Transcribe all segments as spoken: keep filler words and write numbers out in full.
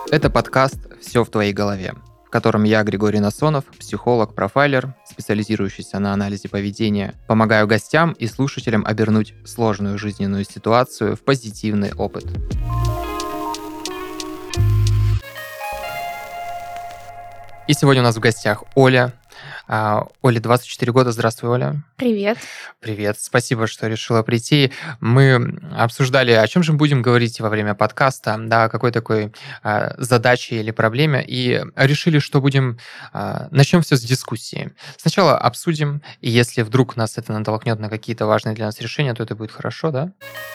Это подкаст «Все в твоей голове», в котором я, Григорий Насонов, психолог, профайлер, специализирующийся на анализе поведения, помогаю гостям и слушателям обернуть сложную жизненную ситуацию в позитивный опыт. И сегодня у нас в гостях Оля. Оле двадцать четыре года. Здравствуй, Оля. Привет. Привет. Спасибо, что решила прийти. Мы обсуждали, о чем же мы будем говорить во время подкаста, да, о какой такой а, задаче или проблеме, и решили, что будем... А, начнем все с дискуссии. Сначала обсудим, и если вдруг нас это натолкнет на какие-то важные для нас решения, то это будет хорошо, да?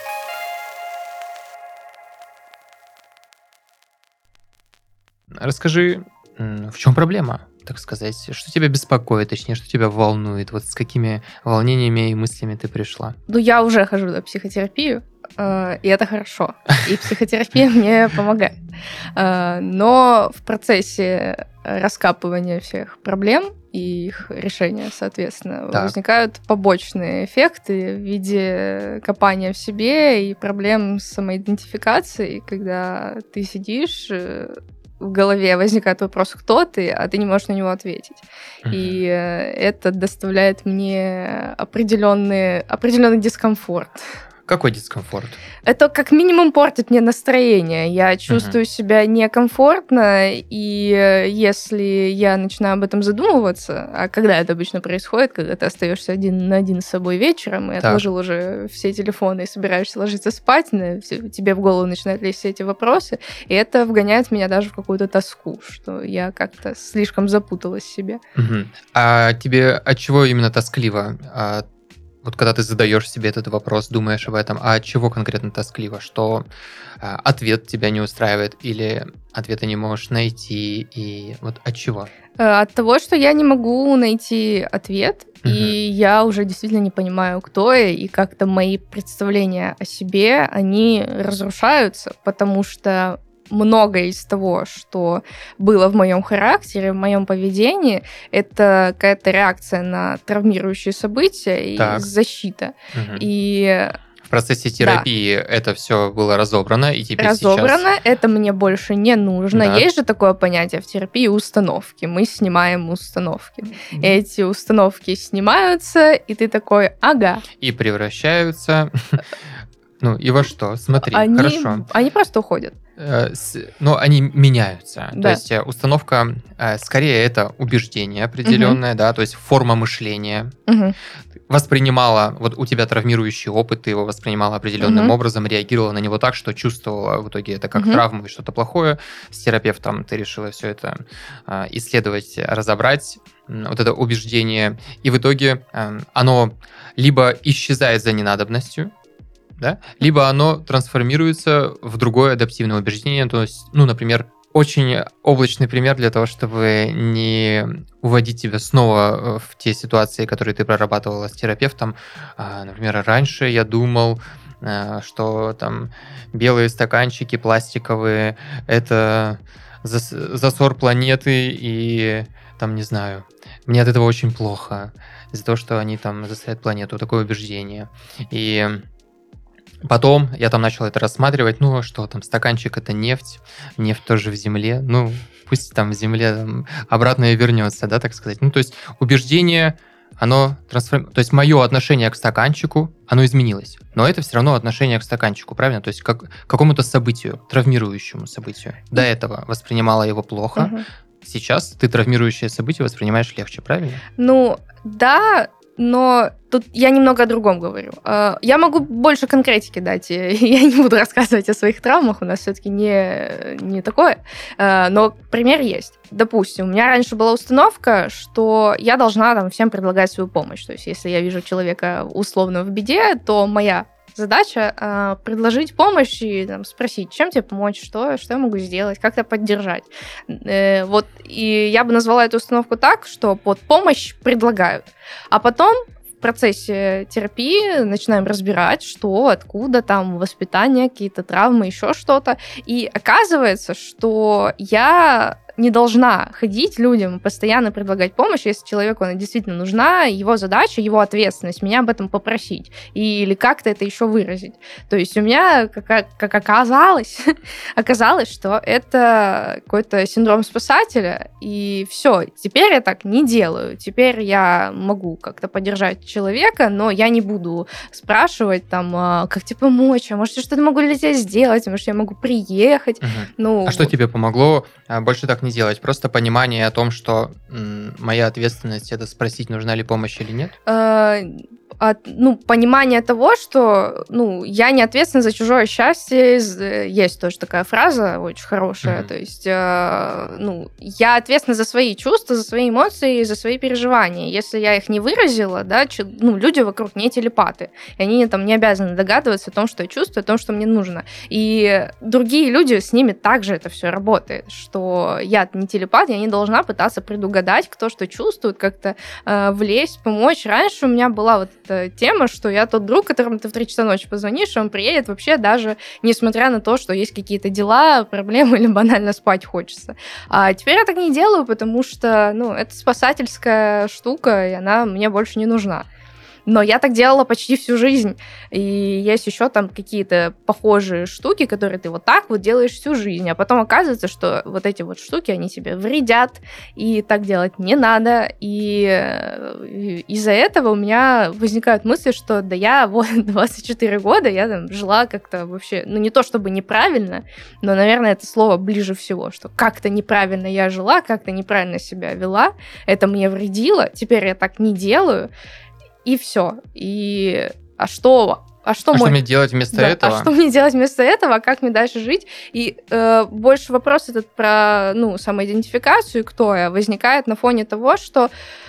Расскажи, в чем проблема, так сказать? Что тебя беспокоит, точнее, что тебя волнует? Вот с какими волнениями и мыслями ты пришла? Ну, я уже хожу на психотерапию, э, и это хорошо. И психотерапия мне помогает. Э, но в процессе раскапывания всех проблем и их решения, соответственно, так. возникают побочные эффекты в виде копания в себе и проблем с самоидентификацией, когда ты сидишь... в голове возникает вопрос, кто ты, а ты не можешь на него ответить. Uh-huh. И это доставляет мне определенный, определенный дискомфорт. Какой дискомфорт? Это как минимум портит мне настроение. Я чувствую uh-huh. себя некомфортно, и если я начинаю об этом задумываться, а когда это обычно происходит, когда ты остаешься один на один с собой вечером и так. отложил уже все телефоны и собираешься ложиться спать, тебе в голову начинают лезть все эти вопросы, и это вгоняет меня даже в какую-то тоску, что я как-то слишком запуталась в себе. Uh-huh. А тебе от чего именно тоскливо? Вот когда ты задаешь себе этот вопрос, думаешь об этом, а от чего конкретно тоскливо? Что а, ответ тебя не устраивает или ответа не можешь найти? И вот от чего? От того, что я не могу найти ответ, uh-huh. и я уже действительно не понимаю, кто я, и как-то мои представления о себе, они разрушаются, потому что многое из того, что было в моем характере, в моем поведении, это какая-то реакция на травмирующие события и так. защита. Угу. И в процессе терапии да. это все было разобрано, и теперь разобрано, сейчас... это мне больше не нужно. Да. Есть же такое понятие в терапии установки. Мы снимаем установки. Mm-hmm. Эти установки снимаются, и ты такой, ага. И превращаются... Ну, и во что? Смотри, они, хорошо. Они просто уходят. Но они меняются. Да. То есть установка, скорее, это убеждение определенное, угу. да, то есть форма мышления. Угу. Воспринимала, вот у тебя травмирующий опыт, ты его воспринимала определенным угу. образом, реагировала на него так, что чувствовала в итоге это как угу. травму и что-то плохое. С терапевтом ты решила все это исследовать, разобрать. Вот это убеждение. И в итоге оно либо исчезает за ненадобностью, да? Либо оно трансформируется в другое адаптивное убеждение. То есть, ну, например, очень облачный пример для того, чтобы не уводить тебя снова в те ситуации, которые ты прорабатывала с терапевтом. Например, раньше я думал, что там белые стаканчики пластиковые – это засор планеты, и там, не знаю, мне от этого очень плохо из-за того, что они там засоряют планету. Такое убеждение. И потом я там начал это рассматривать, ну что там, стаканчик — это нефть, нефть тоже в земле, ну пусть там в земле там, обратно и вернется, да, так сказать. Ну то есть убеждение, оно трансформируется, то есть мое отношение к стаканчику, оно изменилось, но это все равно отношение к стаканчику, правильно? То есть как, к какому-то событию, травмирующему событию. До этого воспринимала его плохо, угу. Сейчас ты травмирующее событие воспринимаешь легче, правильно? Ну да, но тут я немного о другом говорю. Я могу больше конкретики дать. Я не буду рассказывать о своих травмах, у нас все-таки не, не такое. Но пример есть. Допустим, у меня раньше была установка, что я должна там всем предлагать свою помощь. То есть если я вижу человека условно в беде, то моя задача э, предложить помощь и там, спросить, чем тебе помочь, что, что я могу сделать, как-то поддержать. Э, вот, и я бы назвала эту установку так, что под помощь предлагают. А потом в процессе терапии начинаем разбирать, что, откуда там воспитание, какие-то травмы, еще что-то. И оказывается, что я не должна ходить людям, постоянно предлагать помощь, если человеку она действительно нужна, его задача, его ответственность меня об этом попросить или как-то это еще выразить. То есть у меня, как, как оказалось, оказалось, что это какой-то синдром спасателя, и все, теперь я так не делаю. Теперь я могу как-то поддержать человека, но я не буду спрашивать, там, как тебе помочь, а может, я что-то могу для тебя сделать, может, я могу приехать. Угу. Ну, а что тебе помогло больше так не делать? Просто понимание о том, что м, моя ответственность — это спросить, нужна ли помощь или нет? От, ну, понимание того, что, ну, я не ответственна за чужое счастье. Есть тоже такая фраза очень хорошая. Mm-hmm. То есть, э, ну, я ответственна за свои чувства, за свои эмоции, за свои переживания. Если я их не выразила, да, ч, ну, люди вокруг не телепаты. И они там не обязаны догадываться о том, что я чувствую, о том, что мне нужно. И другие люди, с ними также это все работает. Что я не телепат, я не должна пытаться предугадать, кто что чувствует, как-то э, влезть, помочь. Раньше у меня была вот тема, что я тот друг, которому ты в три часа ночи позвонишь, и он приедет вообще даже несмотря на то, что есть какие-то дела, проблемы или банально спать хочется. А теперь я так не делаю, потому что, ну, это спасательская штука, и она мне больше не нужна. Но я так делала почти всю жизнь. И есть еще там какие-то похожие штуки, которые ты вот так вот делаешь всю жизнь. А потом оказывается, что вот эти вот штуки, они тебе вредят, и так делать не надо. И из-за этого у меня возникают мысли, что да я вот двадцать четыре года, я там жила как-то вообще, ну не то чтобы неправильно, но, наверное, это слово ближе всего, что как-то неправильно я жила, как-то неправильно себя вела, это мне вредило, теперь я так не делаю. И все. И а что? А что, а мой... что мне делать вместо да, этого? А что мне делать вместо этого? Как мне дальше жить? И э, больше вопрос этот про ну, самоидентификацию, кто я, возникает на фоне того, что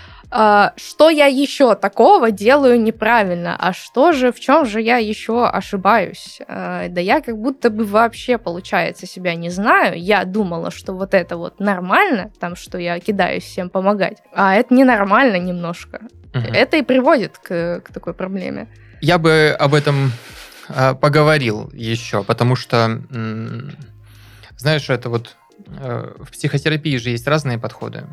э, что я еще такого делаю неправильно, а что же, в чем же я еще ошибаюсь? Э, да я как будто бы вообще, получается, себя не знаю. Я думала, что вот это вот нормально, там, что я кидаюсь всем помогать, а это ненормально немножко. Угу. Это и приводит к, к такой проблеме. Я бы об этом э, поговорил еще, потому что, м- знаешь, это вот э, в психотерапии же есть разные подходы,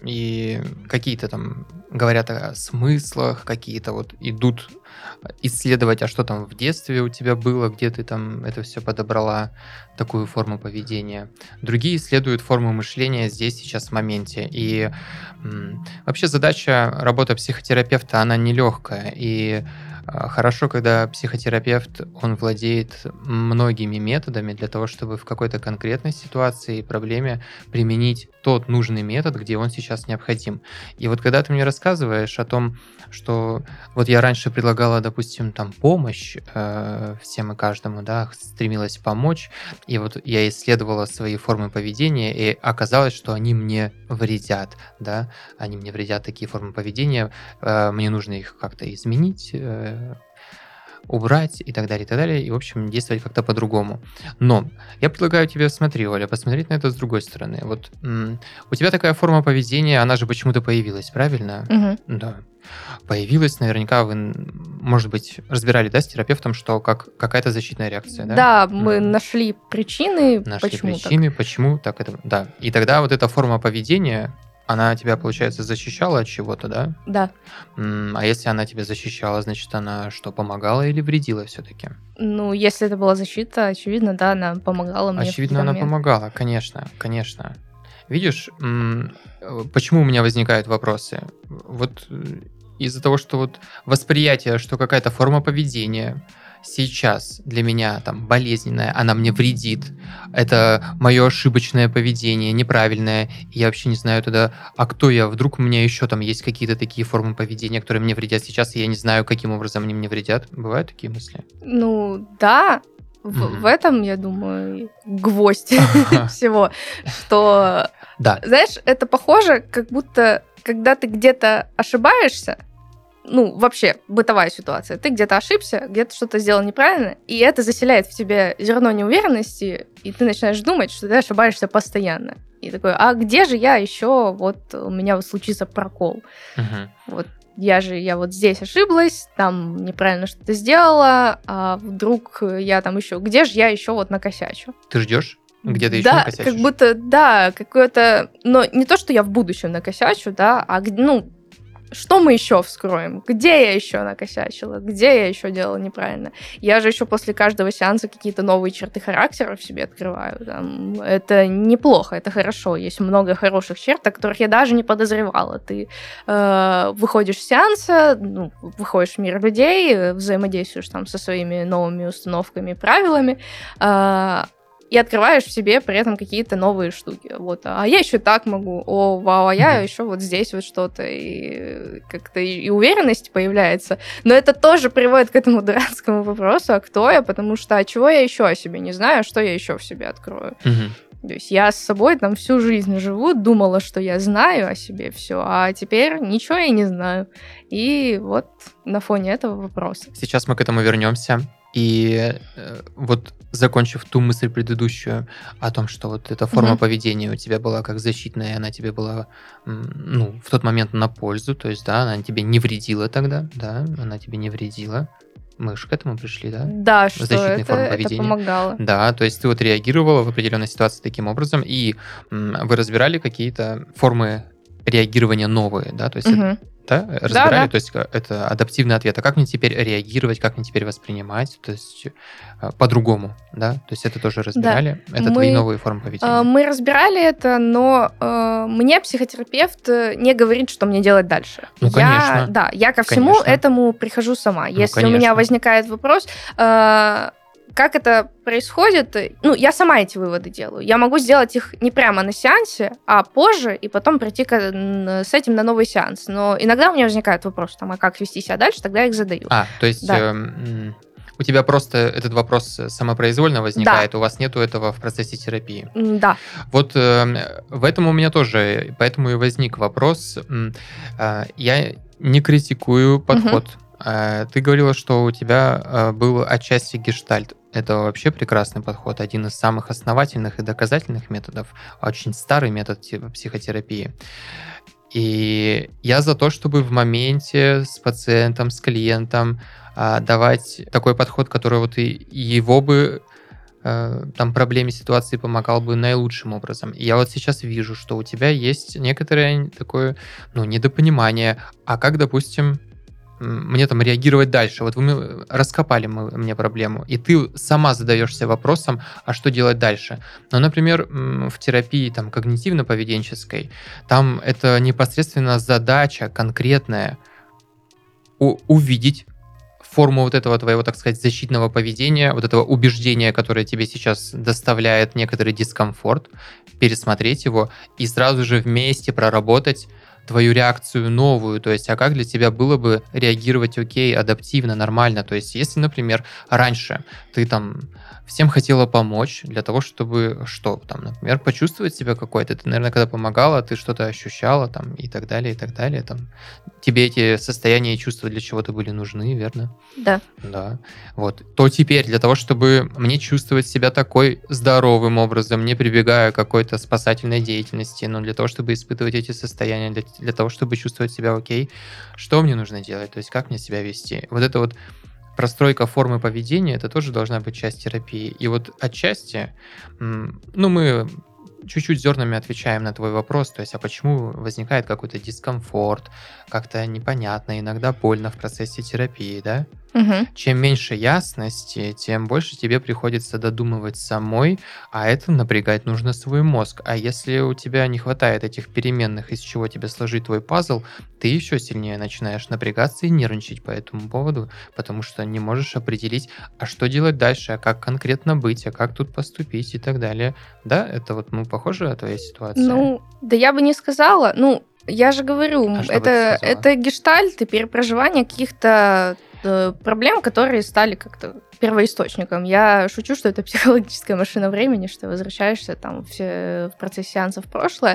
и какие-то там говорят о смыслах, какие-то вот идут исследовать, а что там в детстве у тебя было, где ты там это все подобрала, такую форму поведения. Другие исследуют форму мышления здесь, сейчас, в моменте. И м- вообще задача работы психотерапевта, она нелегкая, и хорошо, когда психотерапевт, он владеет многими методами для того, чтобы в какой-то конкретной ситуации и проблеме применить тот нужный метод, где он сейчас необходим. И вот когда ты мне рассказываешь о том, что вот я раньше предлагала, допустим, там помощь э, всем и каждому, да, стремилась помочь, и вот я исследовала свои формы поведения, и оказалось, что они мне вредят, да, они мне вредят, такие формы поведения, э, мне нужно их как-то изменить, э, убрать и так далее, и так далее, и, в общем, действовать как-то по-другому. Но я предлагаю тебе, смотри, Оля, посмотреть на это с другой стороны. Вот м- у тебя такая форма поведения, она же почему-то появилась, правильно? Угу. Да. Появилась, наверняка вы, может быть, разбирали, да, с терапевтом, что как какая-то защитная реакция, да? Да, мы mm. нашли причины, нашли почему причины, так. почему так это, да. И тогда вот эта форма поведения, она тебя, получается, защищала от чего-то, да? Да. А если она тебя защищала, значит, она что, помогала или вредила все-таки? Ну, если это была защита, очевидно, да, она помогала мне. Очевидно, она помогала, конечно, конечно. Видишь, почему у меня возникают вопросы? Вот из-за того, что вот восприятие, что какая-то форма поведения сейчас для меня там болезненная, она мне вредит, это мое ошибочное поведение, неправильное, и я вообще не знаю тогда, а кто я, вдруг у меня еще там есть какие-то такие формы поведения, которые мне вредят сейчас, и я не знаю, каким образом они мне вредят. Бывают такие мысли? Ну, да, в, mm-hmm. в этом, я думаю, гвоздь всего, что, знаешь, это похоже, как будто, когда ты где-то ошибаешься, ну, вообще, бытовая ситуация. Ты где-то ошибся, где-то что-то сделал неправильно, и это заселяет в тебе зерно неуверенности, и ты начинаешь думать, что ты ошибаешься постоянно. И такой, а где же я еще, вот у меня вот случится прокол. Uh-huh. Вот я же, я вот здесь ошиблась, там неправильно что-то сделала, а вдруг я там еще, где же я еще вот накосячу? Ты ждешь? где-то еще да, накосячишь? как будто, да, какое-то... Но не то, что я в будущем накосячу, да, а, ну, что мы еще вскроем? Где я еще накосячила? Где я еще делала неправильно? Я же еще после каждого сеанса какие-то новые черты характера в себе открываю. Там. Это неплохо, это хорошо. Есть много хороших черт, о которых я даже не подозревала. Ты э, выходишь с сеанса, ну, выходишь в мир людей, взаимодействуешь там со своими новыми установками, правилами, э, и открываешь в себе при этом какие-то новые штуки. Вот. А я еще так могу. О, вау, а я mm-hmm. еще вот здесь вот что-то. И как-то и, и уверенность появляется. Но это тоже приводит к этому дурацкому вопросу, а кто я? Потому что а чего я еще о себе не знаю, что я еще в себе открою? Mm-hmm. То есть я с собой там всю жизнь живу, думала, что я знаю о себе все, а теперь ничего я не знаю. И вот на фоне этого вопроса. Сейчас мы к этому вернемся. И э, вот закончив ту мысль предыдущую о том, что вот эта форма mm-hmm. поведения у тебя была как защитная, она тебе была, ну, в тот момент на пользу, то есть, да, она тебе не вредила тогда, да, она тебе не вредила. Мы же к этому пришли, да? Да, что это, это помогало. Да, то есть ты вот реагировала в определенной ситуации таким образом, и м, вы разбирали какие-то формы реагирования новые, да, то есть угу. это, да, разбирали, да, да. То есть это адаптивный ответ. А как мне теперь реагировать, как мне теперь воспринимать, то есть по-другому, да? То есть это тоже разбирали? Да. Это мы, твои новые формы поведения? Мы разбирали это, но э, мне психотерапевт не говорит, что мне делать дальше. Ну, я, конечно. Да, я ко всему конечно. этому прихожу сама. Если ну, у меня возникает вопрос... Э, как это происходит? Ну, я сама эти выводы делаю. Я могу сделать их не прямо на сеансе, а позже, и потом прийти к, с этим на новый сеанс. Но иногда у меня возникает вопрос, там, а как вести себя дальше, тогда я их задаю. А, то есть да. э, у тебя просто этот вопрос самопроизвольно возникает, да. У вас нету этого в процессе терапии. Да. Вот э, в этом у меня тоже, поэтому и возник вопрос. Э, я не критикую подход. Угу. Ты говорила, что у тебя был отчасти гештальт. Это вообще прекрасный подход, один из самых основательных и доказательных методов, очень старый метод психотерапии. И я за то, чтобы в моменте с пациентом, с клиентом давать такой подход, который вот и его бы там проблеме ситуации помогал бы наилучшим образом. И я вот сейчас вижу, что у тебя есть некоторое такое, ну, недопонимание. А как, допустим, мне там реагировать дальше? Вот вы раскопали мы, мне проблему, и ты сама задаешься вопросом, а что делать дальше? Ну, например, в терапии там когнитивно-поведенческой, там это непосредственно задача конкретная у- увидеть форму вот этого твоего, так сказать, защитного поведения, вот этого убеждения, которое тебе сейчас доставляет некоторый дискомфорт, пересмотреть его и сразу же вместе проработать твою реакцию новую, то есть, а как для тебя было бы реагировать окей, адаптивно, нормально, то есть, если, например, раньше ты там всем хотела помочь для того, чтобы что, там, например, почувствовать себя какой-то, ты, наверное, когда помогала, ты что-то ощущала, там, и так далее, и так далее, там, тебе эти состояния и чувства для чего-то были нужны, верно? Да. Да, вот, то теперь для того, чтобы мне чувствовать себя такой здоровым образом, не прибегая к какой-то спасательной деятельности, но для того, чтобы испытывать эти состояния, для для того, чтобы чувствовать себя окей, что мне нужно делать, то есть как мне себя вести. Вот это вот простройка формы поведения, это тоже должна быть часть терапии. И вот отчасти, ну, мы чуть-чуть зернами отвечаем на твой вопрос, то есть, а почему возникает какой-то дискомфорт, как-то непонятно, иногда больно в процессе терапии, да? Угу. Чем меньше ясности, тем больше тебе приходится додумывать самой, а это напрягать нужно свой мозг. А если у тебя не хватает этих переменных, из чего тебе сложить твой пазл, ты еще сильнее начинаешь напрягаться и нервничать по этому поводу, потому что не можешь определить, а что делать дальше, а как конкретно быть, а как тут поступить и так далее. Да, это вот, ну, похоже твоя ситуация? Ну, да я бы не сказала. Ну, я же говорю, а это, это гештальт и перепроживание каких-то проблем, которые стали как-то первоисточником. Я шучу, что это психологическая машина времени, что ты возвращаешься там все в процессе сеанса в прошлое,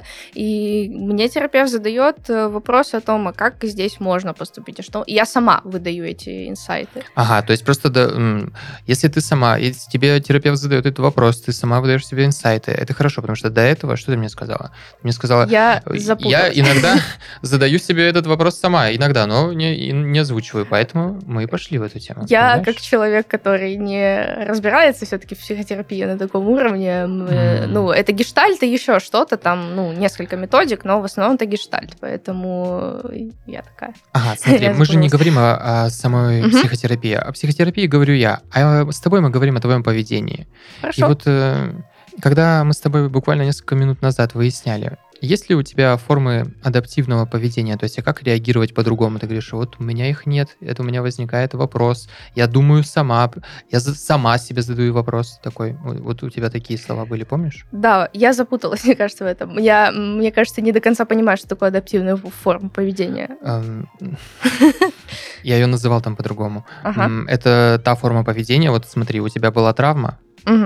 и мне терапевт задает вопрос о том, а как здесь можно поступить, а что... Я сама выдаю эти инсайты. Ага, то есть просто да, если ты сама, если тебе терапевт задает этот вопрос, ты сама выдаешь себе инсайты, это хорошо, потому что до этого, что ты мне сказала? Ты мне сказала... Я запуталась. Я иногда задаю себе этот вопрос сама, иногда, но не, не озвучиваю, поэтому мы и пошли в эту тему. Я понимаешь? как человек, который который не разбирается все-таки в психотерапии на таком уровне. Mm. Ну, это гештальт и еще что-то, там, ну, несколько методик, но в основном это гештальт, поэтому я такая. Ага, смотри, мы же не говорим о, о самой mm-hmm. психотерапии. О психотерапии говорю я, а с тобой мы говорим о твоем поведении. Хорошо. И вот когда мы с тобой буквально несколько минут назад выясняли, есть ли у тебя формы адаптивного поведения, то есть а как реагировать по-другому? Ты говоришь, вот у меня их нет, это у меня возникает вопрос, я думаю сама, я сама себе задаю вопрос такой. Вот у тебя такие слова были, помнишь? Да, я запуталась, мне кажется, в этом. Я, мне кажется, не до конца понимаю, что такое адаптивная форма поведения. Я ее называл там по-другому. Это та форма поведения, вот смотри, у тебя была травма,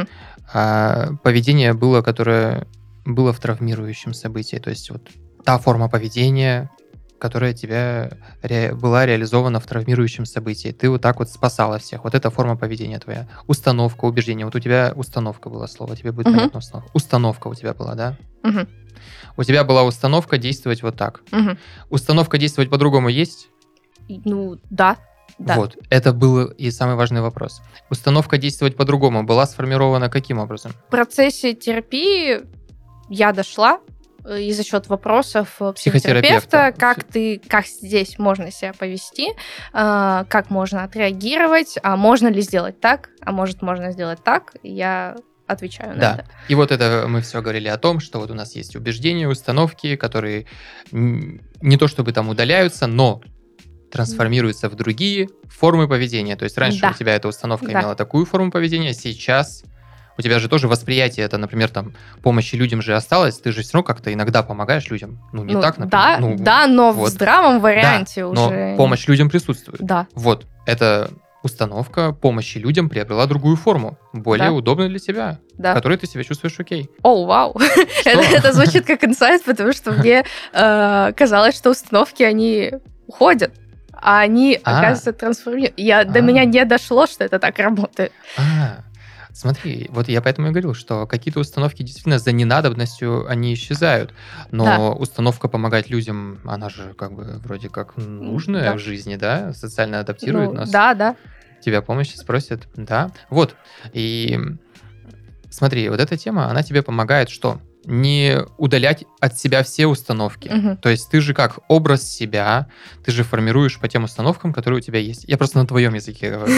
а поведение было, которое... было в травмирующем событии. То есть вот та форма поведения, которая тебя ре... была реализована в травмирующем событии. Ты вот так вот спасала всех. Вот эта форма поведения твоя. Установка, убеждение. Вот у тебя установка была слово. Тебе будет uh-huh. понятно установка. Установка у тебя была, да? Uh-huh. У тебя была установка действовать вот так. Uh-huh. Установка действовать по-другому есть? Ну, да. Да. Вот, это был и самый важный вопрос. Установка действовать по-другому была сформирована каким образом? В процессе терапии я дошла и за счет вопросов психотерапевта, как ты, как здесь можно себя повести, как можно отреагировать, а можно ли сделать так, а может можно сделать так, я отвечаю на да. это. И вот это мы все говорили о том, что вот у нас есть убеждения, установки, которые не то чтобы там удаляются, но трансформируются в другие формы поведения. То есть раньше да. у тебя эта установка да. имела такую форму поведения, сейчас у тебя же тоже восприятие, это, например, там, помощи людям же осталось, ты же все равно как-то иногда помогаешь людям. Ну, не ну, так, например. Да, ну, да, но вот. в здравом варианте да, уже... но помощь людям присутствует. Да. Вот, эта установка помощи людям приобрела другую форму, более да. удобную для тебя, да. в которой ты себя чувствуешь окей. О, вау! это, это звучит как инсайт, потому что мне э, казалось, что установки, они уходят. А они, а. оказывается, трансформируют. Я, а. До меня не дошло, что это так работает. А, смотри, вот я поэтому и говорил, что какие-то установки действительно за ненадобностью, они исчезают. Но да. установка помогать людям, она же как бы вроде как нужная да. в жизни, да? Социально адаптирует ну, нас. Да, да. Тебя помощи спросят. Да, вот. И смотри, вот эта тема, она тебе помогает что? Не удалять от себя все установки. Uh-huh. То есть ты же как образ себя, ты же формируешь по тем установкам, которые у тебя есть. Я просто на твоем языке говорю.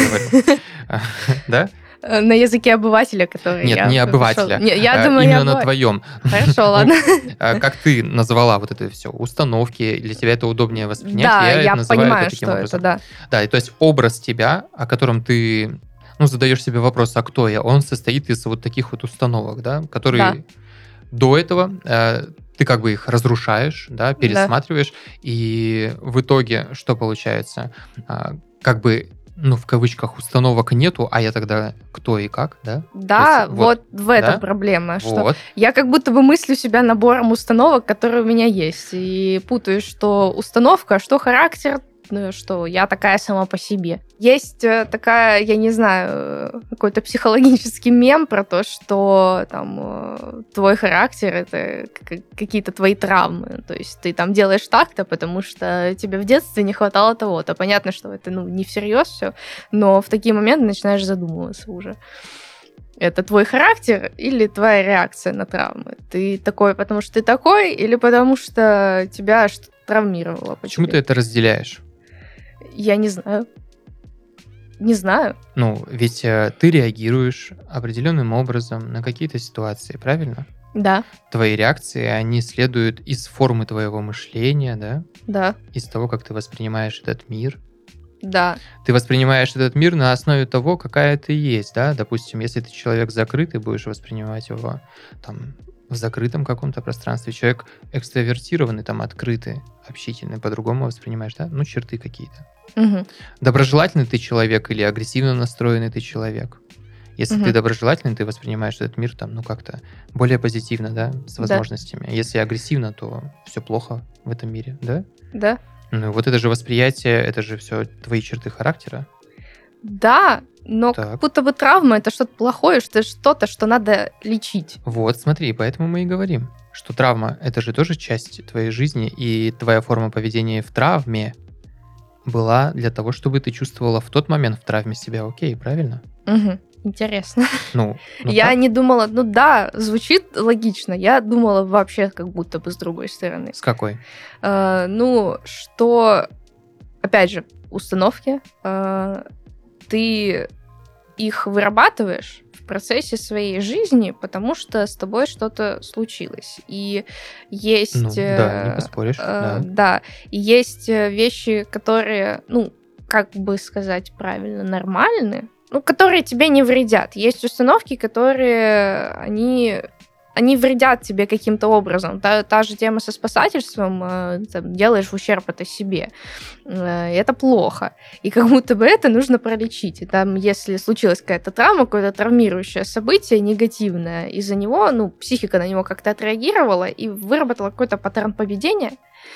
Да? На языке обывателя, который Нет, я не обывателя. Не, я думаю, именно я на твоем. Хорошо, ладно. Как ты назвала вот это все, установки, для тебя это удобнее воспринять, да, я, я называю понимаю, это таким что образом. Это, да. Да, и то есть образ тебя, о котором ты ну, задаешь себе вопрос, а кто я, он состоит из вот таких вот установок, да, которые... Да. До этого э, ты как бы их разрушаешь, да, пересматриваешь, да. и в итоге что получается? А, как бы, ну, в кавычках, установок нету, а я тогда кто и как, да? Да, есть, вот, вот в этом да? проблема, что вот. я как будто бы мыслю себя набором установок, которые у меня есть, и путаю, что установка, что характер, что я такая сама по себе. Есть такая, я не знаю, какой-то психологический мем про то, что там твой характер — это какие-то твои травмы. То есть ты там делаешь так-то, потому что тебе в детстве не хватало того-то. Понятно, что это ну, не всерьез все, но в такие моменты начинаешь задумываться уже. Это твой характер или твоя реакция на травмы? Ты такой, потому что ты такой, или потому что тебя что-то травмировало? Почему ты это разделяешь? Я не знаю. Не знаю. Ну, ведь э, ты реагируешь определенным образом на какие-то ситуации, правильно? Да. Твои реакции, они следуют из формы твоего мышления, да? Да. Из того, как ты воспринимаешь этот мир. Да. Ты воспринимаешь этот мир на основе того, какая ты есть, да? Допустим, если ты человек закрытый, будешь воспринимать его там в закрытом каком-то пространстве. Человек экстравертированный, там, открытый, общительный, по-другому воспринимаешь, да? Ну, черты какие-то. Угу. Доброжелательный ты человек или агрессивно настроенный ты человек? Если угу. ты доброжелательный, ты воспринимаешь этот мир там, ну, как-то более позитивно, да, с возможностями. Да. Если агрессивно, то все плохо в этом мире, да? Да. Ну, вот это же восприятие, это же все твои черты характера. Да, но так. Как будто бы травма — это что-то плохое, что это что-то, что надо лечить. Вот, смотри, поэтому мы и говорим, что травма — это же тоже часть твоей жизни, и твоя форма поведения в травме была для того, чтобы ты чувствовала в тот момент в травме себя окей, правильно? Угу. Интересно. Ну, ну я так. не думала, ну да, звучит логично. Я думала вообще как будто бы с другой стороны. С какой? Э, ну, что, опять же, установки, э, ты их вырабатываешь в процессе своей жизни, потому что с тобой что-то случилось. И есть... Ну, да, не поспоришь. Э, да. да, и есть вещи, которые, ну, как бы сказать правильно, нормальны, ну, которые тебе не вредят. Есть установки, которые, они, они вредят тебе каким-то образом. Та, та же тема со спасательством, э, там, делаешь в ущерб это себе. Э, это плохо. И как будто бы это нужно пролечить. И там, если случилась какая-то травма, какое-то травмирующее событие негативное, из-за него, ну, психика на него как-то отреагировала и выработала какой-то паттерн поведения.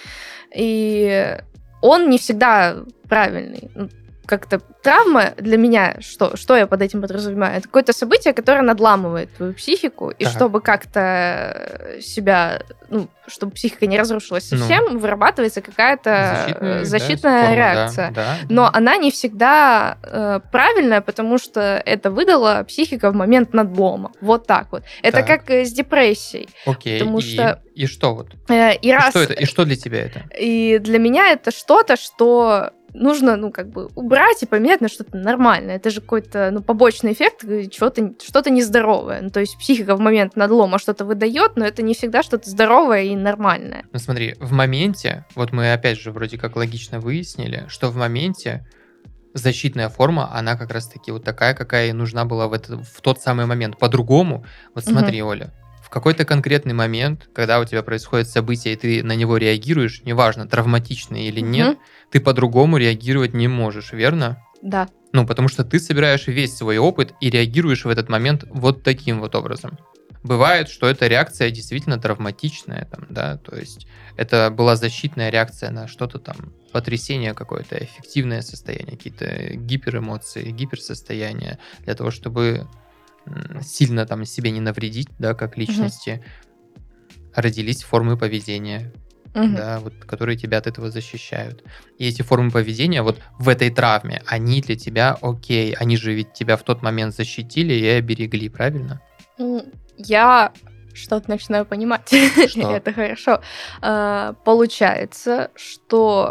И он не всегда правильный. Как-то травма для меня, что, что я под этим подразумеваю? Это какое-то событие, которое надламывает твою психику, и Так. чтобы как-то себя, ну, чтобы психика не разрушилась совсем, ну, вырабатывается какая-то защитная, защитная да, реакция. Форма, да, да, Но да. она не всегда э, правильная, потому что это выдала психика в момент надлома. Вот так вот. Это Так. как с депрессией. Окей, потому и, что, и что вот? Э, и, и, раз, что это? И что для тебя это? И для меня это что-то, что... нужно, ну, как бы убрать и поменять на что-то нормальное. Это же какой-то, ну, побочный эффект, чего-то, что-то нездоровое. Ну, то есть психика в момент надлома что-то выдает, но это не всегда что-то здоровое и нормальное. Ну, смотри, в моменте, вот мы опять же вроде как логично выяснили, что в моменте защитная форма, она как раз-таки вот такая, какая и нужна была в, это, в тот самый момент. По-другому, вот смотри, угу. Оля, в какой-то конкретный момент, когда у тебя происходит событие, и ты на него реагируешь, неважно, травматичный или угу. нет, ты по-другому реагировать не можешь, верно? Да. Ну, потому что ты собираешь весь свой опыт и реагируешь в этот момент вот таким вот образом. Бывает, что эта реакция действительно травматичная, там, да, то есть это была защитная реакция на что-то там, потрясение какое-то, эффективное состояние, какие-то гиперэмоции, гиперсостояния, для того, чтобы сильно там себе не навредить, да, как личности, угу. родились формы поведения, угу. да, вот, которые тебя от этого защищают. И эти формы поведения вот в этой травме, они для тебя окей, они же ведь тебя в тот момент защитили и оберегли, правильно? Я что-то начинаю понимать. Что? Это хорошо. А, получается, что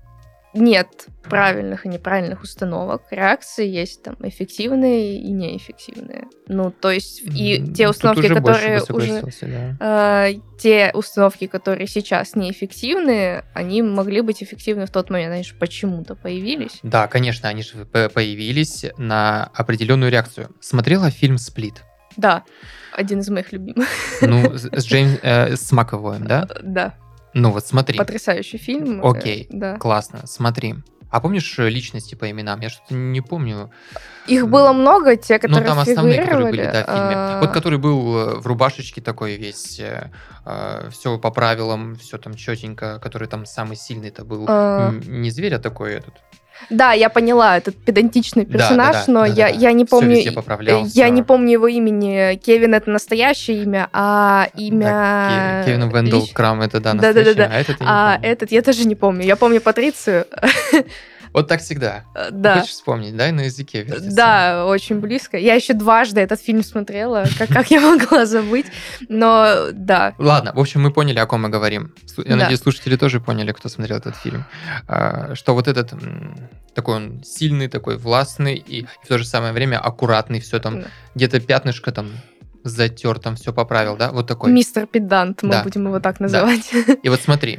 нет правильных и неправильных установок. Реакции есть там эффективные и неэффективные. Ну, то есть и те установки, уже которые уже... Да. Э, те установки, которые сейчас неэффективны, они могли быть эффективны в тот момент. Они же почему-то появились. Да, конечно, они же появились на определенную реакцию. Смотрела фильм «Сплит»? Да, один из моих любимых. Ну, с, Джеймс, э, с Маковоем, да? Да. Ну вот смотри. Потрясающий фильм. Окей, э, да. Классно, смотри. А помнишь личности по именам? Я что-то не помню. Их было много, те, которые Ну, там основные, которые были, да, в фильме. А... Вот который был в рубашечке такой весь, э, все по правилам, все там четенько, который там самый сильный-то был. А... Не зверь, а такой этот. Да, я поняла, этот педантичный персонаж, да, да, да, но да, я, да, я не помню. Я все. не помню его имени. Кевин — это настоящее имя, а имя. Да, Кевин Вендел Лич... Крам — это да, настоящее. Да, да, да, да. А этот я не а помню. этот я тоже не помню. Я помню Патрицию. Вот так всегда. Да. Хочешь вспомнить, да, на языке вертится? Да, очень близко. Я еще дважды этот фильм смотрела, как, как я могла забыть, но да. Ладно, в общем, мы поняли, о ком мы говорим. Я да. надеюсь, слушатели тоже поняли, кто смотрел этот фильм. Что вот этот такой он сильный, такой властный и в то же самое время аккуратный, все там, да. где-то пятнышко там затер, там все поправил, да, вот такой. Мистер Педант, мы да. будем его так называть. Да. И вот смотри,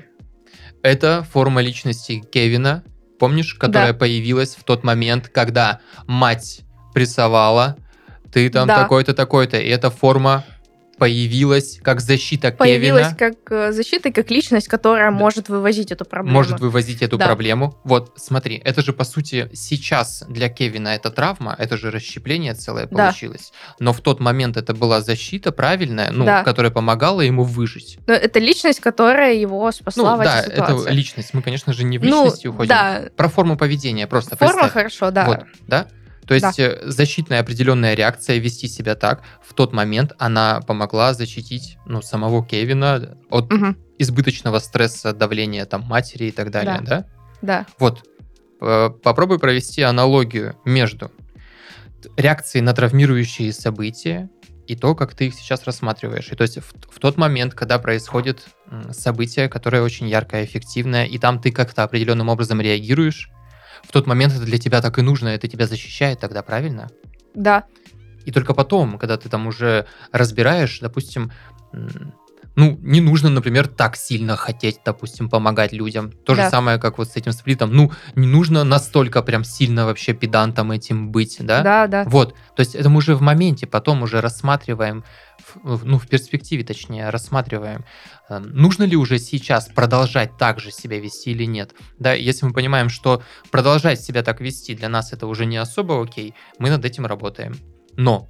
это форма личности Кевина, помнишь, которая да. появилась в тот момент, когда мать прессовала, ты там да. такой-то, такой-то, и эта форма появилась как защита появилась Кевина. Появилась как защита, как личность, которая да. может вывозить эту проблему. Может вывозить эту да. проблему. Вот, смотри, это же, по сути, сейчас для Кевина это травма, это же расщепление целое получилось. Да. Но в тот момент это была защита правильная, ну, да. которая помогала ему выжить. Но это личность, которая его спасла ну, в да, этой ситуации. это личность. Мы, конечно же, не в личности ну, уходим. Да. Про форму поведения просто Форма представь. хорошо, да. Вот, да? То есть да. защитная определенная реакция, вести себя так, в тот момент она помогла защитить ну, самого Кевина от угу. избыточного стресса, давления там, матери и так далее, да? Да. Вот, попробуй провести аналогию между реакции на травмирующие события и то, как ты их сейчас рассматриваешь. И то есть в, в тот момент, когда происходит событие, которое очень яркое, эффективное, и там ты как-то определенным образом реагируешь, в тот момент это для тебя так и нужно, это тебя защищает тогда, правильно? Да. И только потом, когда ты там уже разбираешь, допустим, ну, не нужно, например, так сильно хотеть, допустим, помогать людям. То Да. же самое, как вот с этим сплитом. Ну, не нужно настолько прям сильно вообще педантом этим быть, да? Да, да. Вот, то есть это мы уже в моменте, потом уже рассматриваем, в- ну, в перспективе, точнее, рассматриваем, э, нужно ли уже сейчас продолжать так же себя вести или нет. Да, если мы понимаем, что продолжать себя так вести для нас это уже не особо окей, мы над этим работаем. Но,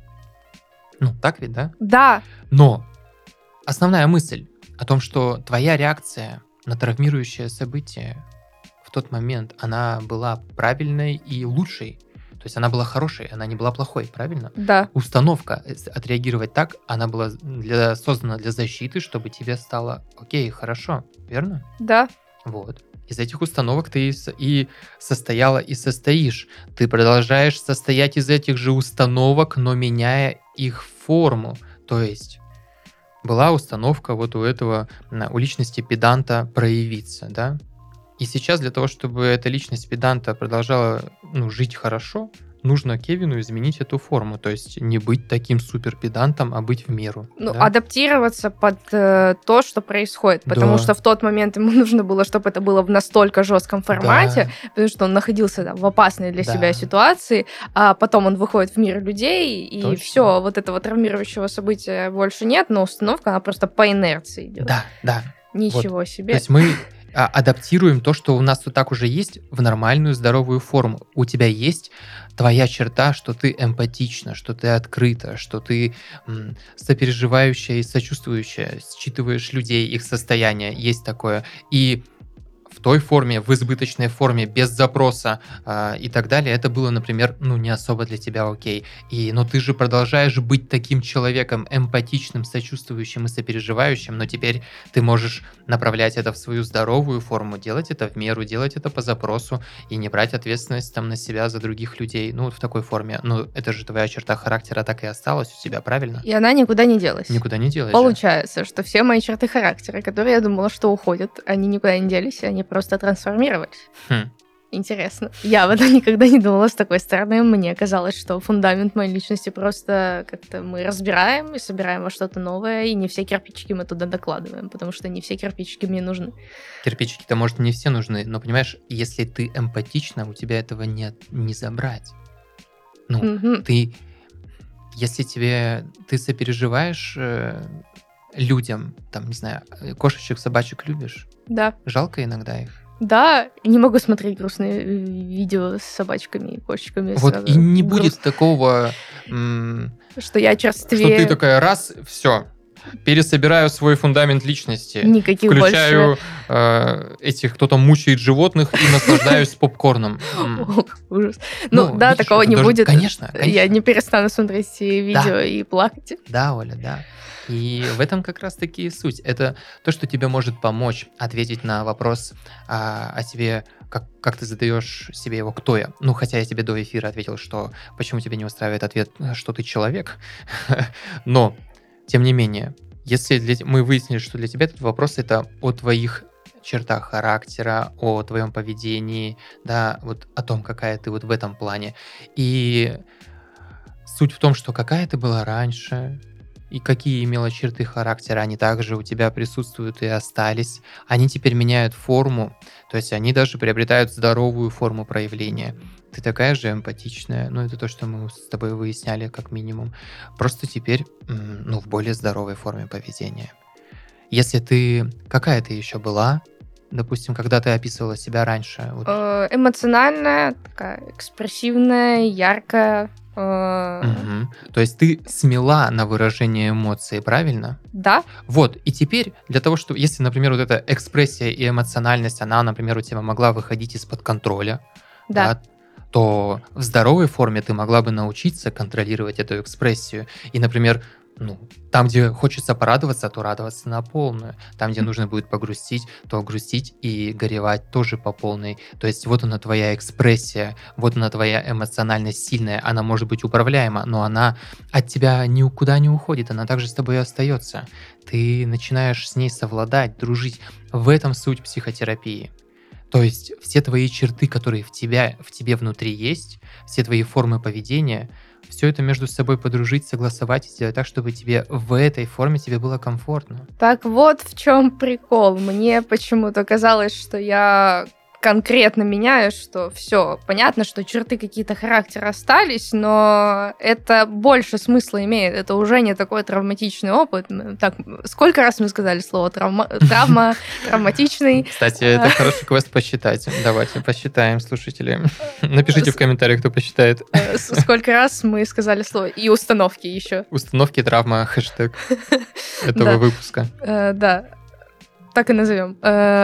ну, так ведь, да? Да. Но основная мысль о том, что твоя реакция на травмирующее событие в тот момент, она была правильной и лучшей. То есть она была хорошей, она не была плохой, правильно? Да. Установка э, с- отреагировать так, она была для, создана для защиты, чтобы тебе стало окей, хорошо, верно? Да. Вот. Из этих установок ты и с- и состояла, и состоишь. Ты продолжаешь состоять из этих же установок, но меняя их форму. То есть была установка вот у этого, на- у личности педанта проявиться, да? И сейчас для того, чтобы эта личность педанта продолжала, ну, жить хорошо, нужно Кевину изменить эту форму. То есть не быть таким супер педантом, а быть в меру. Ну, да? адаптироваться под э, то, что происходит. Потому Да. что в тот момент ему нужно было, чтобы это было в настолько жестком формате, Да. потому что он находился да, в опасной для Да. себя ситуации, а потом он выходит в мир людей, и Точно. все, вот этого травмирующего события больше нет, но установка, она просто по инерции идет. Да, да. Ничего себе. То есть мы а, адаптируем то, что у нас тут так уже есть, в нормальную здоровую форму. У тебя есть твоя черта, что ты эмпатична, что ты открыта, что ты м, сопереживающая и сочувствующая, считываешь людей, их состояние, есть такое. И в той форме, в избыточной форме, без запроса а, и так далее, это было, например, ну, не особо для тебя окей. И, но ты же продолжаешь быть таким человеком эмпатичным, сочувствующим и сопереживающим, но теперь ты можешь направлять это в свою здоровую форму, делать это в меру, делать это по запросу и не брать ответственность там на себя за других людей, ну, вот в такой форме. Ну, это же твоя черта характера так и осталась у тебя, правильно? И она никуда не делась. Никуда не делаешь. Получается, что все мои черты характера, которые я думала, что уходят, они никуда не делись, они просто трансформировались. Хм. Интересно. Я в это никогда не думала с такой стороны. Мне казалось, что фундамент моей личности просто как-то мы разбираем и собираем во что-то новое, и не все кирпичики мы туда докладываем, потому что не все кирпичики мне нужны. Кирпичики-то, может, не все нужны, но, понимаешь, если ты эмпатична, у тебя этого нет, не забрать. Ну, Мгм. ты, если тебе, ты сопереживаешь э, людям, там, не знаю, э, кошечек, собачек любишь, Да. жалко иногда их. Да, не могу смотреть грустные э, видео с собачками и кошечками. Вот сразу и не грустно, будет такого, м, что я что черствее. ты такая раз, все, пересобираю свой фундамент личности, Никаких включаю больше. э, этих, кто там мучает животных, и наслаждаюсь попкорном. М. Ох, ужас. Ну, Ну, да, видишь, такого это не тоже- будет. конечно, Я конечно. не перестану смотреть эти видео и плакать. Да, Оля, да. И в этом как раз-таки и суть. Это то, что тебе может помочь ответить на вопрос а, о тебе, как, как ты задаешь себе его, кто я. Ну, хотя я тебе до эфира ответил, что почему тебя не устраивает ответ, что ты человек. Но, тем не менее, если для те- мы выяснили, что для тебя этот вопрос это о твоих чертах характера, о твоем поведении, да, вот о том, какая ты вот в этом плане. И суть в том, что какая ты была раньше, и какие имела черты характера, они также у тебя присутствуют и остались. Они теперь меняют форму, то есть они даже приобретают здоровую форму проявления. Ты такая же эмпатичная, ну это то, что мы с тобой выясняли как минимум. Просто теперь, м, ну, в более здоровой форме поведения. Если ты... Какая ты еще была, допустим, когда ты описывала себя раньше? Вот, Э, Эмоциональная, такая экспрессивная, яркая. э, мгм. То есть ты смела на выражение эмоций, правильно? Да, Вот, и теперь для того, чтобы, если, например, вот эта экспрессия и эмоциональность, она, например, у тебя могла выходить из-под контроля, да. да, то в здоровой форме ты могла бы научиться контролировать эту экспрессию. И, например, ну, там, где хочется порадоваться, то радоваться на полную. Там, где нужно будет погрустить, то грустить и горевать тоже по полной. То есть вот она твоя экспрессия, вот она твоя эмоциональность сильная. Она может быть управляема, но она от тебя никуда не уходит. Она также с тобой остается. Ты начинаешь с ней совладать, дружить. В этом суть психотерапии. То есть все твои черты, которые в, тебя, в тебе внутри есть, все твои формы поведения, все это между собой подружить, согласовать и сделать так, чтобы тебе в этой форме тебе было комфортно. Так вот в чем прикол. Мне почему-то казалось, что я конкретно меняю, что все, понятно, что черты какие-то характера остались, но это больше смысла имеет. Это уже не такой травматичный опыт. Так, сколько раз мы сказали слово травма, травма, травматичный? Кстати, это хороший квест посчитать. Давайте посчитаем, слушатели. Напишите в комментариях, кто посчитает. Сколько раз мы сказали слово. И установки еще. Установки, травма, хэштег этого выпуска. Да, так и назовем.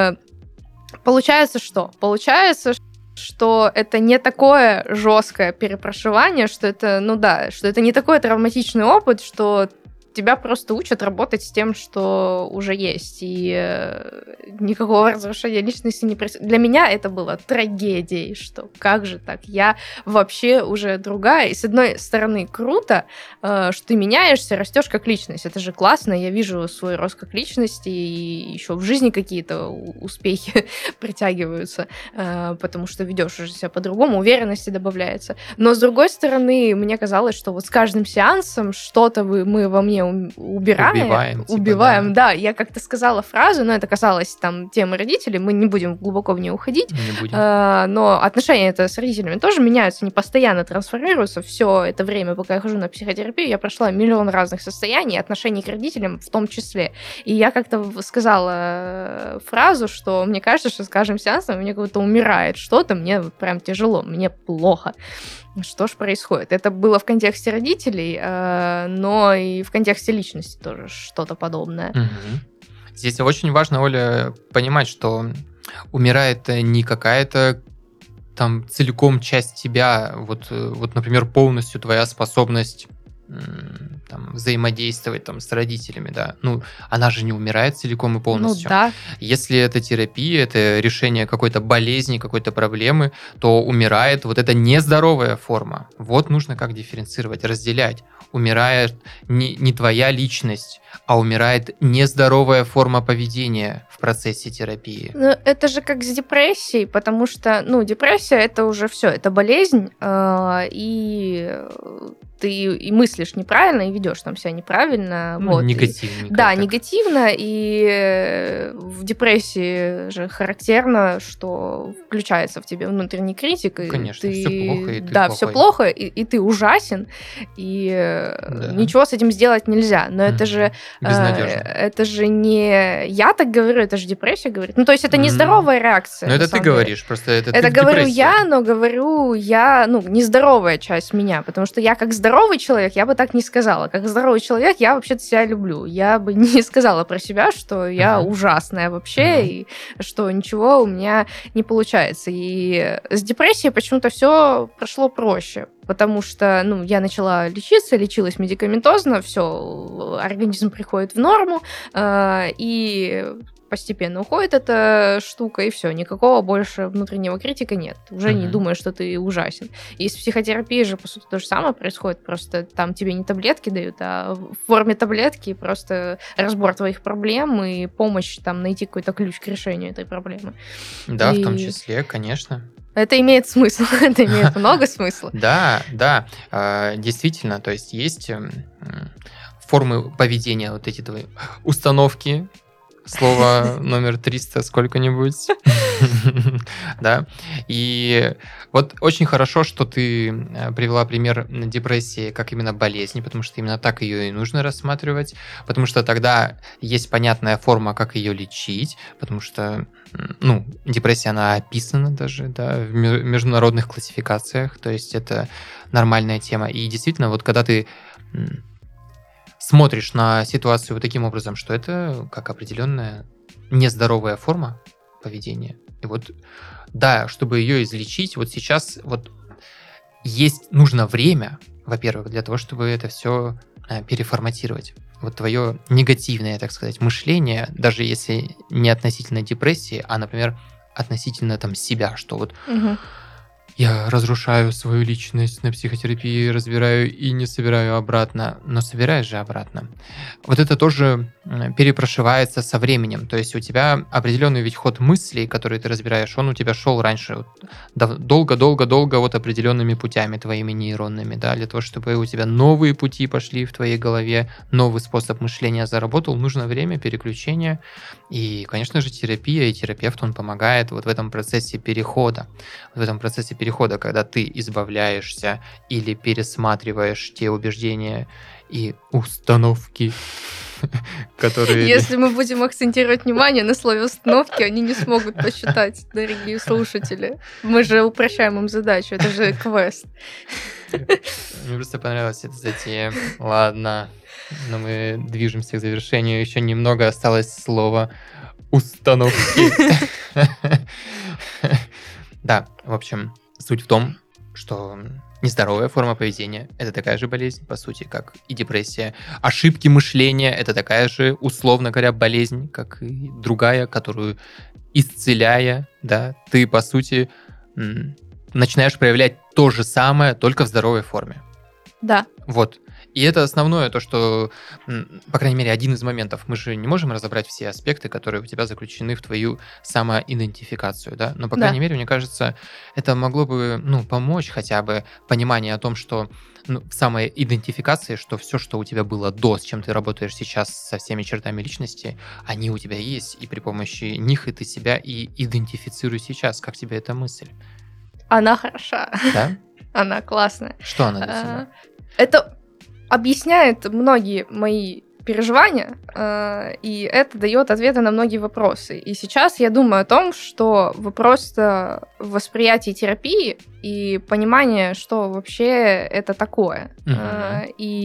Получается что? Получается, что это не такое жесткое перепрошивание, что это, ну да, что это не такой травматичный опыт, что тебя просто учат работать с тем, что уже есть, и э, никакого разрушения личности не происходит. Для меня это было трагедией, что как же так, я вообще уже другая, и с одной стороны круто, э, что ты меняешься, растешь как личность, это же классно, я вижу свой рост как личности, и еще в жизни какие-то успехи притягиваются, э, потому что ведешь уже себя по-другому, уверенности добавляется. Но с другой стороны, мне казалось, что вот с каждым сеансом что-то вы, мы во мне убираем, убиваем, типа, убиваем, да. да. Я как-то сказала фразу, но это касалось там темы родителей, мы не будем глубоко в нее уходить, не будем. А, но отношения это с родителями тоже меняются, не постоянно трансформируются. Все это время, пока я хожу на психотерапию, я прошла миллион разных состояний, отношений к родителям в том числе. И я как-то сказала фразу, что мне кажется, что с каждым сеансом у меня как будто умирает что-то, мне прям тяжело, мне плохо. Что ж происходит? Это было в контексте родителей, э, но и в контексте личности тоже что-то подобное. Угу. Здесь очень важно, Оля, понимать, что умирает не какая-то там целиком часть тебя, вот, вот например, полностью твоя способность там, взаимодействовать там, с родителями, да, ну, она же не умирает целиком и полностью. Ну, да. Если это терапия, это решение какой-то болезни, какой-то проблемы, то умирает вот эта нездоровая форма. Вот нужно как дифференцировать, разделять. Умирает не, не твоя личность, а умирает нездоровая форма поведения в процессе терапии. Ну, это же как с депрессией, потому что, ну, депрессия это уже все, это болезнь, э, и ты и мыслишь неправильно, и ведешь там себя неправильно. Ну, вот, негативно. И, да, так. негативно, и в депрессии же характерно, что включается в тебе внутренний критик. И Конечно, ты, все плохо, и ты Да, плохой. все плохо, и, и ты ужасен, и да. ничего с этим сделать нельзя. Но mm-hmm. это же безнадежно. Это же не я так говорю, это же депрессия говорит. Ну, то есть это нездоровая mm-hmm. реакция. Ну, это ты деле. говоришь, просто это Это ты говорю я, но говорю я, ну, нездоровая часть меня, потому что я как здоровый человек, я бы так не сказала. Как здоровый человек, я вообще-то себя люблю. Я бы не сказала про себя, что я uh-huh. ужасная вообще, uh-huh. и что ничего у меня не получается. И с депрессией почему-то все прошло проще. Потому что, ну, я начала лечиться, лечилась медикаментозно, все, организм приходит в норму, э, и постепенно уходит эта штука, и все, никакого больше внутреннего критика нет. Уже uh-huh. не думаешь, что ты ужасен. И с психотерапией же, по сути, то же самое происходит, просто там тебе не таблетки дают, а в форме таблетки просто разбор твоих проблем и помощь там найти какой-то ключ к решению этой проблемы. Да, и... в том числе, конечно. Это имеет смысл, это имеет много смысла. Да, да, действительно, то есть есть формы поведения, вот эти твои установки, слово номер триста сколько-нибудь, да, и вот очень хорошо, что ты привела пример депрессии как именно болезни, потому что именно так ее и нужно рассматривать, потому что тогда есть понятная форма, как ее лечить, потому что, ну, депрессия, она описана даже, да, в международных классификациях, то есть это нормальная тема, и действительно, вот когда ты смотришь на ситуацию вот таким образом, что это как определенная нездоровая форма поведения. И вот, да, чтобы ее излечить, вот сейчас вот есть, нужно время, во-первых, для того, чтобы это все переформатировать вот твое негативное, так сказать, мышление, даже если не относительно депрессии, а, например, относительно там себя, что вот Мгм. я разрушаю свою личность на психотерапии, разбираю и не собираю обратно, но собираешь же обратно. Вот это тоже м, перепрошивается со временем. То есть у тебя определенный ведь ход мыслей, которые ты разбираешь, он у тебя шел раньше вот дав- долго-долго-долго вот определенными путями твоими нейронными, да, для того, чтобы у тебя новые пути пошли в твоей голове, новый способ мышления заработал, нужно время переключения. И, конечно же, терапия и терапевт, он помогает вот в этом процессе перехода. В этом процессе перехода, когда ты избавляешься или пересматриваешь те убеждения и установки, которые... Если мы будем акцентировать внимание на слове установки, они не смогут посчитать, дорогие слушатели. Мы же упрощаем им задачу, это же квест. Мне просто понравилась эта затея. Ладно, но мы движемся к завершению. Еще немного осталось слова установки. Да, в общем, суть в том, что нездоровая форма поведения – это такая же болезнь, по сути, как и депрессия. Ошибки мышления – это такая же, условно говоря, болезнь, как и другая, которую, исцеляя, да, ты, по сути, м, начинаешь проявлять то же самое, только в здоровой форме. Да. Вот. И это основное, то, что, м, по крайней мере, один из моментов. Мы же не можем разобрать все аспекты, которые у тебя заключены в твою самоидентификацию, да? Но, по Да. крайней мере, мне кажется, это могло бы, ну, помочь хотя бы понимание о том, что ну, в самоидентификации, что все, что у тебя было до, с чем ты работаешь сейчас, со всеми чертами личности, они у тебя есть, и при помощи них и ты себя и идентифицируй сейчас. Как тебе эта мысль? Она хороша. Да? Она классная. Что она для А, тебя? Это объясняет многие мои переживания, э, и это дает ответы на многие вопросы. И сейчас я думаю о том, что вопрос в восприятии терапии и понимание, что вообще это такое. Мгм. Э,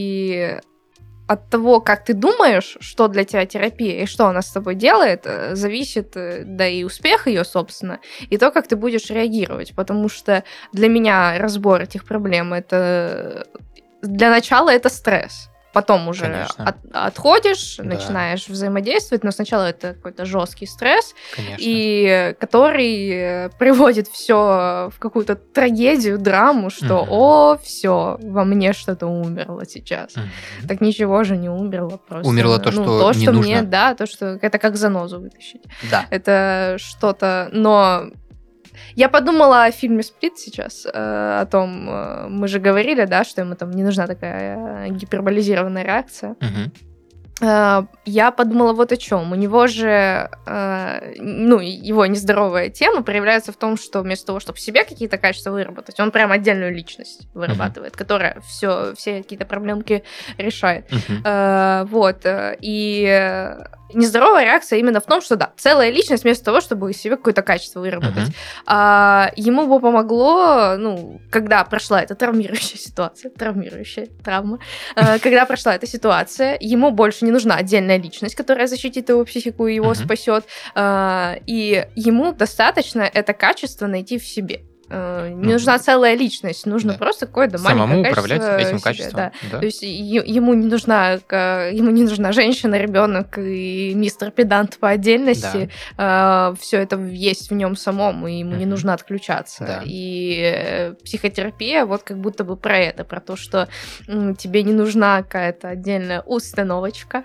И от того, как ты думаешь, что для тебя терапия и что она с тобой делает, э, зависит, э, да и успех ее, собственно, и то, как ты будешь реагировать. Потому что для меня разбор этих проблем это для начала это стресс. Потом уже Конечно. от- отходишь, Да. начинаешь взаимодействовать, но сначала это какой-то жесткий стресс, Конечно. и который э, приводит все в какую-то трагедию, драму, что Мгм. о, все, во мне что-то умерло сейчас. Мгм. Так ничего же не умерло просто. Умерло то, ну, что то, не что нужно. мне, да, то, что это как занозу вытащить. Да. Это что-то, но я подумала о фильме «Сплит» сейчас, э, о том, э, мы же говорили, да, что ему там не нужна такая э, гиперболизированная реакция. Мгм. Э, Я подумала вот о чем. У него же, э, ну, его нездоровая тема проявляется в том, что вместо того, чтобы в себе какие-то качества выработать, он прям отдельную личность вырабатывает, которая все, все какие-то проблемки решает. Мгм. Э, Вот. э, И э, нездоровая реакция именно в том, что, да, целая личность вместо того, чтобы из себя какое-то качество выработать. Мгм. А, ему бы помогло, ну, когда прошла эта травмирующая ситуация, травмирующая травма, э, когда прошла эта ситуация, ему больше не нужна отдельная личность, которая защитит его психику и его Мгм. спасет, а, и ему достаточно это качество найти в себе. Э, Не Ну, нужна целая личность, нужно да. просто какое-то Самому маленькое управлять качество этим себе, качеством. да. Да. То есть е- ему не нужна, ка- ему не нужна женщина, ребенок и мистер педант по отдельности. Все это есть в нем самом, и ему не Мгм. нужно отключаться. Да. И э, психотерапия вот как будто бы про это, про то, что м, тебе не нужна какая-то отдельная установочка,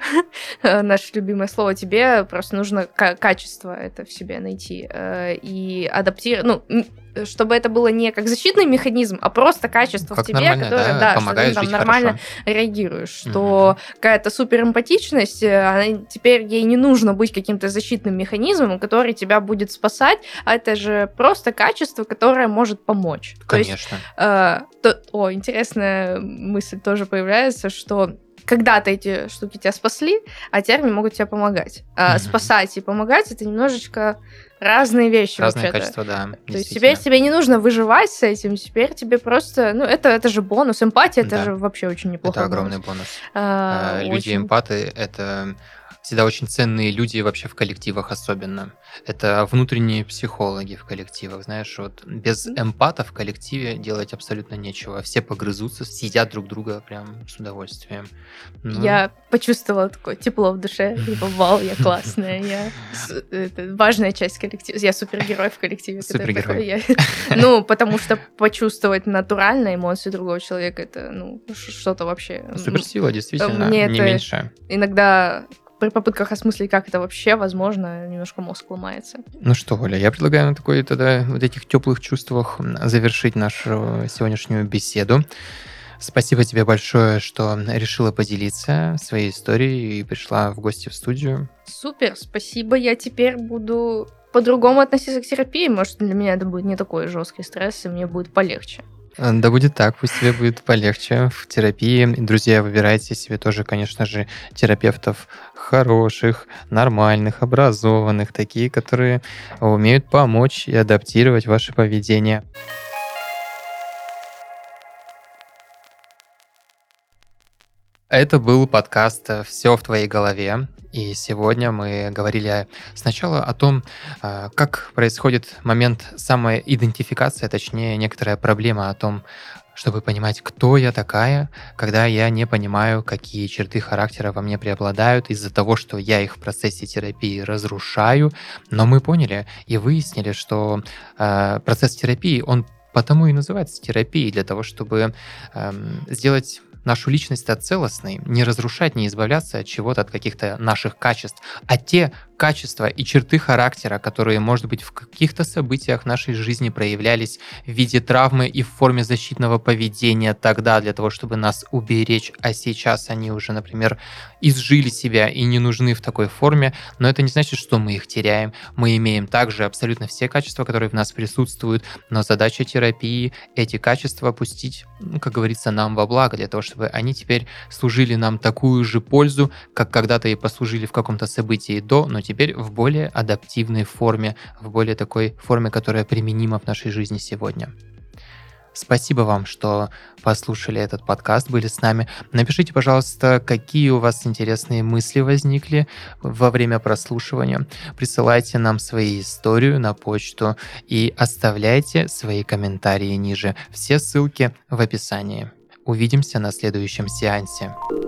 наше любимое слово, тебе просто нужно ка- качество это в себе найти э, и адаптировать, ну, м, чтобы это было не как защитный механизм, а просто качество Как в тебе, нормально, которое, да, да, что помогает ты там жить нормально хорошо. реагируешь, что какая-то суперэмпатичность, э, она, теперь ей не нужно быть каким-то защитным механизмом, который тебя будет спасать, а это же просто качество, которое может помочь. То есть, Конечно. э, то- о, интересная мысль тоже появляется, что когда-то эти штуки тебя спасли, а теперь они могут тебе помогать. А Мгм. спасать и помогать — это немножечко разные вещи. Разные вообще-то. качества, да. То есть действительно. теперь тебе не нужно выживать с этим, теперь тебе просто, ну, это, это же бонус. Эмпатия — это Да. же вообще очень неплохой Это огромный бонус. бонус. А, А, Люди очень. эмпаты — это всегда очень ценные люди вообще в коллективах особенно. Это внутренние психологи в коллективах, знаешь, вот без эмпата в коллективе делать абсолютно нечего. Все погрызутся, съедят друг друга прям с удовольствием. Ну, Я почувствовала такое тепло в душе, типа, вау, я классная, я с- это важная часть коллектива, я супергерой в коллективе. когда я Супергерой. такой, я- Ну, потому что почувствовать натурально эмоции другого человека, это, ну, ш- что-то вообще. м, суперсила, действительно, мне не это- меньше. Иногда при попытках осмыслить, как это вообще возможно, немножко мозг ломается. Ну что, Оля, я предлагаю на такой тогда вот этих теплых чувствах м, завершить нашу сегодняшнюю беседу. Спасибо тебе большое, что решила поделиться своей историей и пришла в гости в студию. Супер, спасибо. Я теперь буду по-другому относиться к терапии. Может, для меня это будет не такой жесткий стресс, и мне будет полегче. Э, Да будет так, пусть тебе будет полегче в терапии. И, друзья, выбирайте себе тоже, конечно же, терапевтов хороших, нормальных, образованных, такие, которые умеют помочь и адаптировать ваше поведение. Это был подкаст «Все в твоей голове». И сегодня мы говорили сначала о том, а, как происходит момент самоидентификации, точнее, некоторая проблема о том, чтобы понимать, кто я такая, когда я не понимаю, какие черты характера во мне преобладают из-за того, что я их в процессе терапии разрушаю. Но мы поняли и выяснили, что а, процесс терапии, он потому и называется терапией, для того, чтобы эм, сделать нашу личность целостной, не разрушать, не избавляться от чего-то, от каких-то наших качеств, а те качества и черты характера, которые, может быть, в каких-то событиях в нашей жизни проявлялись в виде травмы и в форме защитного поведения тогда, для того, чтобы нас уберечь, а сейчас они уже, например, изжили себя и не нужны в такой форме, но это не значит, что мы их теряем. Мы имеем также абсолютно все качества, которые в нас присутствуют, но задача терапии эти качества пустить, ну, как говорится, нам во благо, для того, чтобы они теперь служили нам такую же пользу, как когда-то и послужили в каком-то событии до, но теперь в более адаптивной форме, в более такой форме, которая применима в нашей жизни сегодня. Спасибо вам, что послушали этот подкаст, были с нами. Напишите, пожалуйста, какие у вас интересные мысли возникли во время прослушивания. Присылайте нам свои истории на почту и оставляйте свои комментарии ниже. Все ссылки в описании. Увидимся на следующем сеансе.